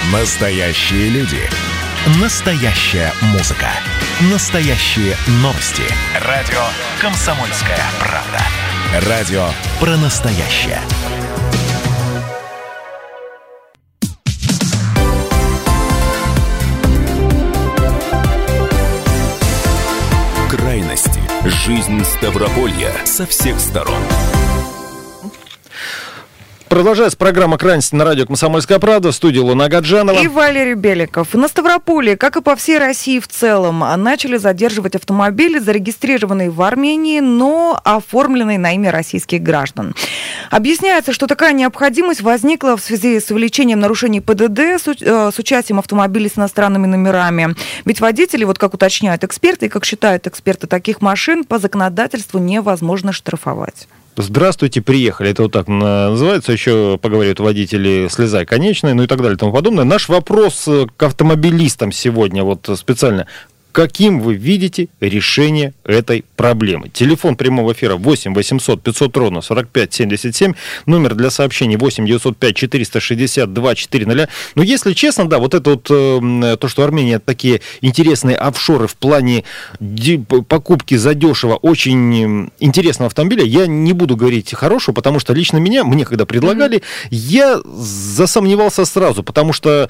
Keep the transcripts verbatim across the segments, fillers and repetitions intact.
Настоящие люди. Настоящая музыка. Настоящие новости. Радио «Комсомольская правда». Радио про настоящее. Крайности. Жизнь Ставрополья со всех сторон. Продолжается программа «Крайности» на радио «Комсомольская правда». В студии Луна Гаджанова. И Валерий Беликов. На Ставрополье, как и по всей России в целом, начали задерживать автомобили, зарегистрированные в Армении, но оформленные на имя российских граждан. Объясняется, что такая необходимость возникла в связи с увеличением нарушений ПДД с, с участием автомобилей с иностранными номерами. Ведь водители, вот как уточняют эксперты, и как считают эксперты, таких машин по законодательству невозможно штрафовать. Здравствуйте, приехали. Это вот так называется. Еще поговорят водители «слезай конечная», ну и так далее и тому подобное. Наш вопрос к автомобилистам сегодня вот специально. Каким вы видите решение этой проблемы? Телефон прямого эфира восемь восемьсот пятьсот ровно сорок пять семьдесят семь. Номер для сообщений восемь девятьсот пять четыреста шестьдесят два четыреста. Но если честно, да, вот это вот э, то, что Армения такие интересные офшоры в плане покупки задешево очень интересного автомобиля, я не буду говорить хорошего, потому что лично меня, мне когда предлагали, mm-hmm. я засомневался сразу, потому что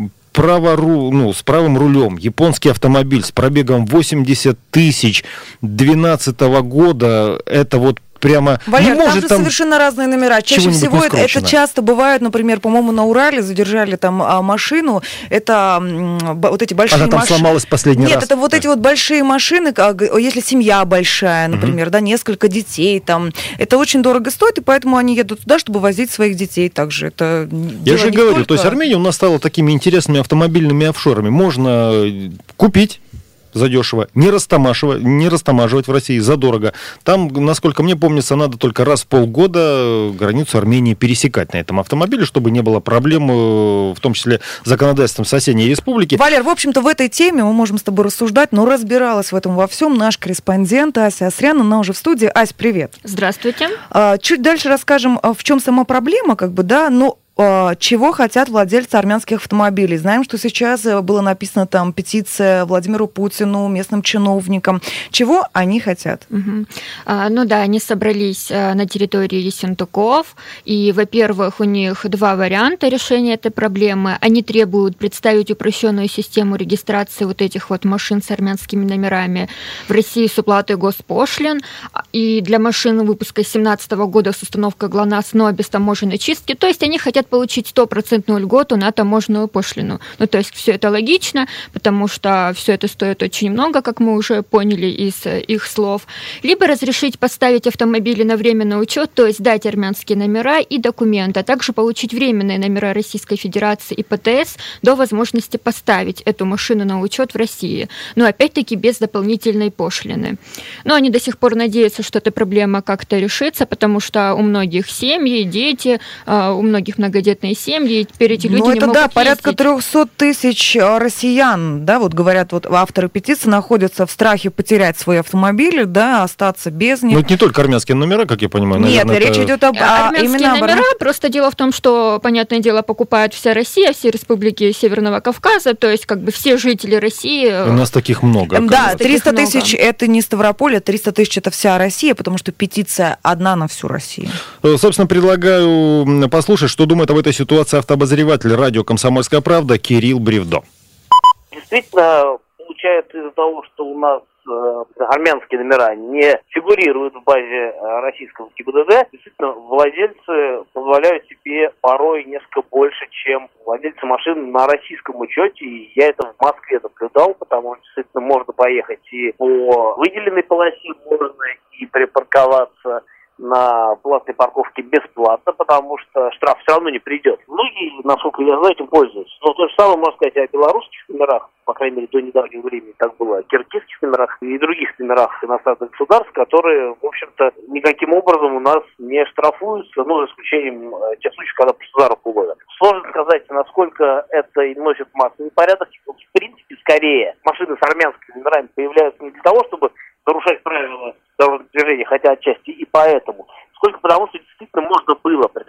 Правору, ну, с правым рулем, японский автомобиль с пробегом восемьдесят тысяч двенадцатого года, это вот прямо Валер, не может там же там совершенно разные номера. Чаще всего это, это часто бывает, например, по-моему, на Урале задержали там а, машину. Это м, вот эти большие машины. Она там машины. Сломалась последний Нет, раз. Нет, это вот эти вот большие машины, как, если семья большая, например, угу. да, несколько детей там. Это очень дорого стоит, и поэтому они едут туда, чтобы возить своих детей также. Это Я же говорю, только... то есть Армения у нас стала такими интересными автомобильными офшорами. Можно купить задешево, не растамаживать, не растамаживать в России задорого. Там, насколько мне помнится, надо только раз в полгода границу Армении пересекать на этом автомобиле, чтобы не было проблем, в том числе законодательством соседней республики. Валер, в общем-то, в этой теме мы можем с тобой рассуждать, но разбиралась в этом во всем наш корреспондент Ася Асрян, она уже в студии. Ась, привет. Здравствуйте. Чуть дальше расскажем, в чем сама проблема, как бы, да, но чего хотят владельцы армянских автомобилей. Знаем, что сейчас была написана там петиция Владимиру Путину, местным чиновникам. Чего они хотят? Угу. А, ну да, они собрались на территории Ессентуков, и, во-первых, у них два варианта решения этой проблемы. Они требуют представить упрощенную систему регистрации вот этих вот машин с армянскими номерами в России с уплатой госпошлин, и для машин выпуска две тысячи семнадцатого года с установкой ГЛОНАСС, но без таможенной чистки. То есть они хотят получить стопроцентную льготу на таможенную пошлину. Ну, то есть все это логично, потому что все это стоит очень много, как мы уже поняли из их слов. Либо разрешить поставить автомобили на временный учет, то есть дать армянские номера и документы, а также получить временные номера Российской Федерации и ПТС до возможности поставить эту машину на учет в России. Но опять-таки без дополнительной пошлины. Но они до сих пор надеются, что эта проблема как-то решится, потому что у многих семьи, дети, у многих многодетных многодетные семьи, теперь эти люди ну, не это, могут да, ездить. порядка триста тысяч россиян, да, вот говорят, вот авторы петиции находятся в страхе потерять свой автомобиль, да, остаться без них. Ну, это не только армянские номера, как я понимаю. Нет, наверное, речь это... идет об а, армянские именно номера, об... просто дело в том, что, понятное дело, покупает вся Россия, все республики Северного Кавказа, то есть как бы все жители России. У нас таких много. Да, триста тысяч это не Ставрополь, триста тысяч это вся Россия, потому что петиция одна на всю Россию. Собственно, предлагаю послушать, что думает об этой ситуации автообозреватель радио «Комсомольская правда» Кирилл Бревдо. Действительно, получается из-за того, что у нас э, армянские номера не фигурируют в базе э, российского ГИБДД, действительно, владельцы позволяют себе порой несколько больше, чем владельцы машин на российском учете. И я это в Москве наблюдал, потому что действительно можно поехать и по выделенной полосе, можно и припарковаться на платной парковке бесплатно, потому что штраф все равно не придет. Многие, насколько я знаю, этим пользуются. Но то же самое можно сказать о белорусских номерах, по крайней мере, до недавнего времени так было, о киргизских номерах и других номерах иностранных государств, которые, в общем-то, никаким образом у нас не штрафуются, ну, за исключением тех случаев, когда просто за руку ловят. Сложно сказать, насколько это носит массовый порядок. В принципе, скорее, машины с армянскими номерами появляются не для того, чтобы нарушать правила дорожного движения, хотя отчасти и поэтому, сколько потому, что действительно можно было при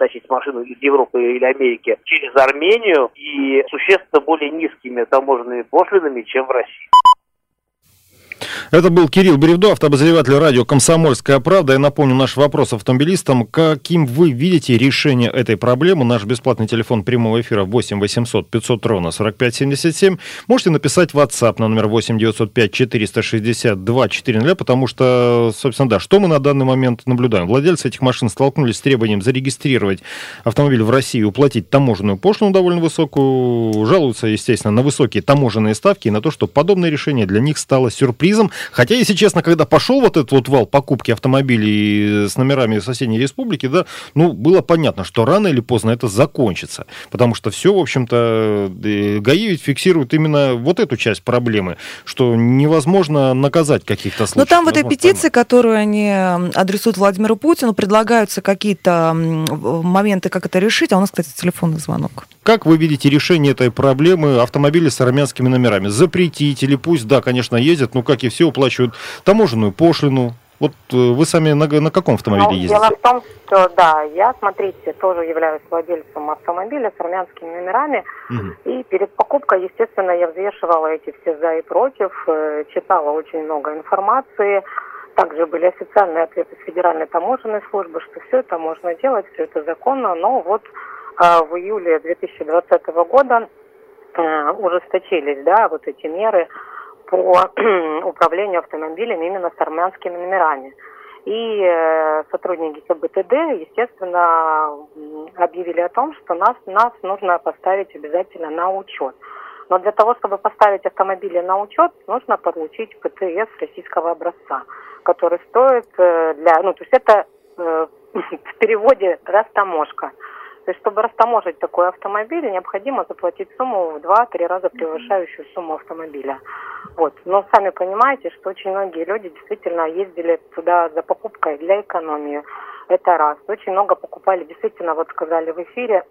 тащить машину из Европы или Америки через Армению и существенно более низкими таможенными пошлинами, чем в России. Это был Кирилл Бревдо, автообозреватель радио «Комсомольская правда». Я напомню, наш вопрос автомобилистам. Каким вы видите решение этой проблемы? Наш бесплатный телефон прямого эфира восемь восемьсот пятьсот ровно сорок пять семьдесят семь. Можете написать в WhatsApp на номер восемь девятьсот пять четыреста шестьдесят два четыреста, потому что, собственно, да, что мы на данный момент наблюдаем? Владельцы этих машин столкнулись с требованием зарегистрировать автомобиль в России и уплатить таможенную пошлину довольно высокую. Жалуются, естественно, на высокие таможенные ставки и на то, что подобное решение для них стало сюрпризом. Хотя, если честно, когда пошел вот этот вот вал покупки автомобилей с номерами соседней республики, да, ну, было понятно, что рано или поздно это закончится. Потому что все, в общем-то, ГАИ ведь фиксирует именно вот эту часть проблемы, что невозможно наказать каких-то случаев. Но там в этой петиции, поймать. Которую они адресуют Владимиру Путину, предлагаются какие-то моменты, как это решить. А у нас, кстати, телефонный звонок. Как вы видите решение этой проблемы автомобилей с армянскими номерами? Запретить или пусть, да, конечно, ездят, но, как и все, уплачивают таможенную пошлину. Вот вы сами на, на каком автомобиле ну, ездите? Дело в том, что, да, я, смотрите, тоже являюсь владельцем автомобиля с армянскими номерами. Угу. И перед покупкой, естественно, я взвешивала эти все за и против, читала очень много информации. Также были официальные ответы с Федеральной таможенной службы, что все это можно делать, все это законно. Но вот в июле две тысячи двадцатого года ужесточились, да, вот эти меры по управлению автомобилями именно с армянскими номерами. И э, сотрудники КБТД, естественно, объявили о том, что нас, нас нужно поставить обязательно на учет. Но для того, чтобы поставить автомобили на учет, нужно получить ПТС российского образца, который стоит э, для... Ну, то есть это э, в переводе растаможка. То есть, чтобы растаможить такой автомобиль, необходимо заплатить сумму в два-три раза превышающую сумму автомобиля. Вот. Но сами понимаете, что очень многие люди действительно ездили туда за покупкой для экономии. Это раз. Очень много покупали, действительно, вот сказали в эфире,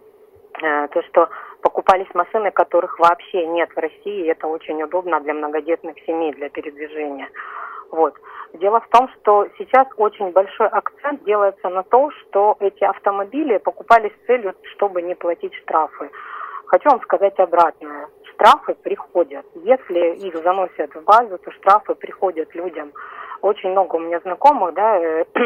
то, что покупались машины, которых вообще нет в России, и это очень удобно для многодетных семей, для передвижения. Вот. Дело в том, что сейчас очень большой акцент делается на то, что эти автомобили покупались с целью, чтобы не платить штрафы. Хочу вам сказать обратное. Штрафы приходят. Если их заносят в базу, то штрафы приходят людям. Очень много у меня знакомых, да,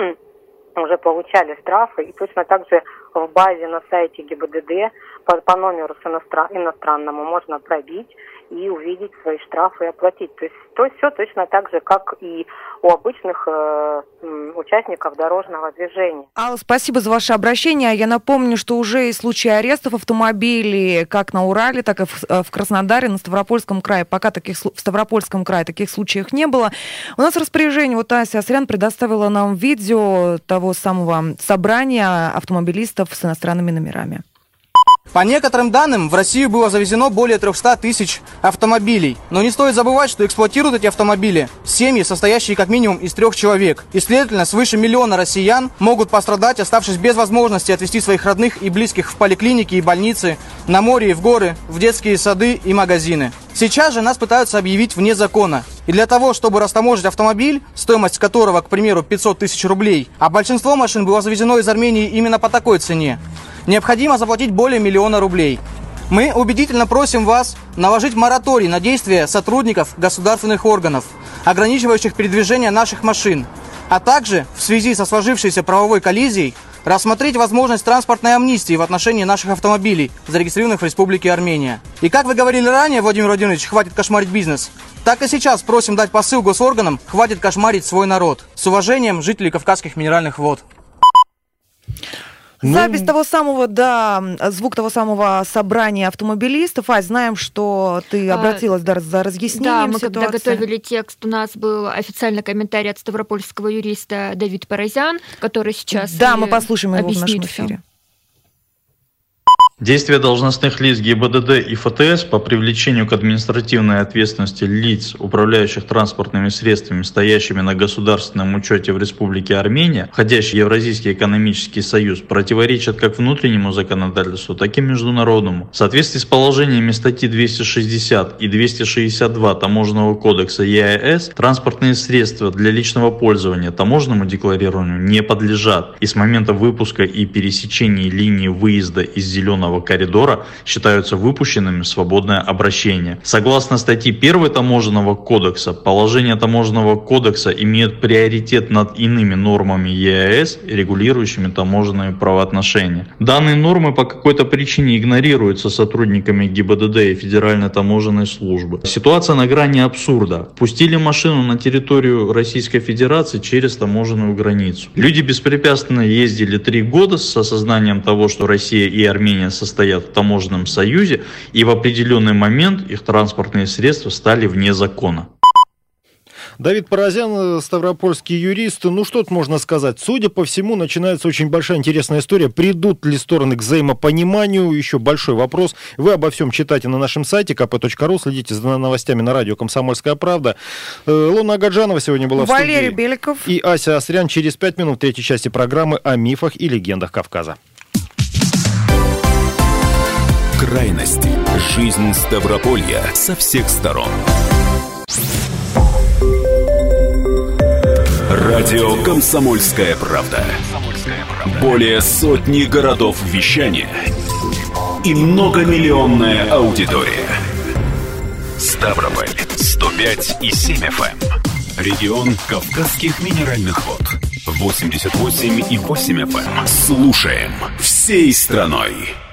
уже получали штрафы, и точно так же в базе на сайте ГИБДД по, по номеру с иностран, иностранному можно пробить и увидеть свои штрафы и оплатить. То есть то все точно так же, как и у обычных э, участников дорожного движения. Алла, спасибо за ваше обращение. Я напомню, что уже и случаи арестов автомобилей как на Урале, так и в, в Краснодаре, на Ставропольском крае. Пока таких в Ставропольском крае таких случаев не было. У нас в распоряжении вот Ася Асрян предоставила нам видео того самого собрания автомобилистов с иностранными номерами. По некоторым данным, в Россию было завезено более триста тысяч автомобилей. Но не стоит забывать, что эксплуатируют эти автомобили семьи, состоящие как минимум из трех человек. И, следовательно, свыше миллиона россиян могут пострадать, оставшись без возможности отвезти своих родных и близких в поликлиники и больницы, на море и в горы, в детские сады и магазины. Сейчас же нас пытаются объявить вне закона. И для того, чтобы растаможить автомобиль, стоимость которого, к примеру, пятьсот тысяч рублей, а большинство машин было завезено из Армении именно по такой цене, необходимо заплатить более миллиона рублей. Мы убедительно просим вас наложить мораторий на действия сотрудников государственных органов, ограничивающих передвижение наших машин, а также в связи со сложившейся правовой коллизией рассмотреть возможность транспортной амнистии в отношении наших автомобилей, зарегистрированных в Республике Армения. И как вы говорили ранее, Владимир Владимирович, хватит кошмарить бизнес, так и сейчас просим дать посыл госорганам, хватит кошмарить свой народ. С уважением, жители Кавказских минеральных вод. Ну... Запись того самого, да, звук того самого собрания автомобилистов. Ась, знаем, что ты обратилась а, за разъяснением Да, мы ситуации. Когда готовили текст, у нас был официальный комментарий от ставропольского юриста Давид Паразян, который сейчас Да, мы послушаем его в нашем эфире. Действия должностных лиц ГИБДД и ФТС по привлечению к административной ответственности лиц, управляющих транспортными средствами, стоящими на государственном учете в Республике Армения, входящей в Евразийский экономический союз, противоречат как внутреннему законодательству, так и международному. В соответствии с положениями статьи двести шестьдесят и двести шестьдесят два Таможенного кодекса ЕАЭС, транспортные средства для личного пользования таможенному декларированию не подлежат и с момента выпуска и пересечения линии выезда из зеленого коридора считаются выпущенными в свободное обращение. Согласно статье первой Таможенного кодекса, положения Таможенного кодекса имеют приоритет над иными нормами ЕАЭС, регулирующими таможенные правоотношения. Данные нормы по какой-то причине игнорируются сотрудниками ГИБДД и Федеральной таможенной службы. Ситуация на грани абсурда. Пустили машину на территорию Российской Федерации через таможенную границу. Люди беспрепятственно ездили три года с осознанием того, что Россия и Армения состоят в таможенном союзе, и в определенный момент их транспортные средства стали вне закона. Давид Порозян, ставропольский юрист. Ну, что тут можно сказать? Судя по всему, начинается очень большая интересная история. Придут ли стороны к взаимопониманию? Еще большой вопрос. Вы обо всем читайте на нашем сайте ка пэ точка ру, следите за новостями на радио «Комсомольская правда». Луна Агаджанова сегодня была в студии. Валерий Беликов. И Ася Асрян. Через пять минут в третьей части программы о мифах и легендах Кавказа. Крайности. Жизнь Ставрополья со всех сторон. Радио «Комсомольская правда». Более сотни городов вещания и многомиллионная аудитория. Ставрополь сто пять и семь эф эм. Регион Кавказских минеральных вод восемьдесят восемь и восемь эф эм. Слушаем всей страной.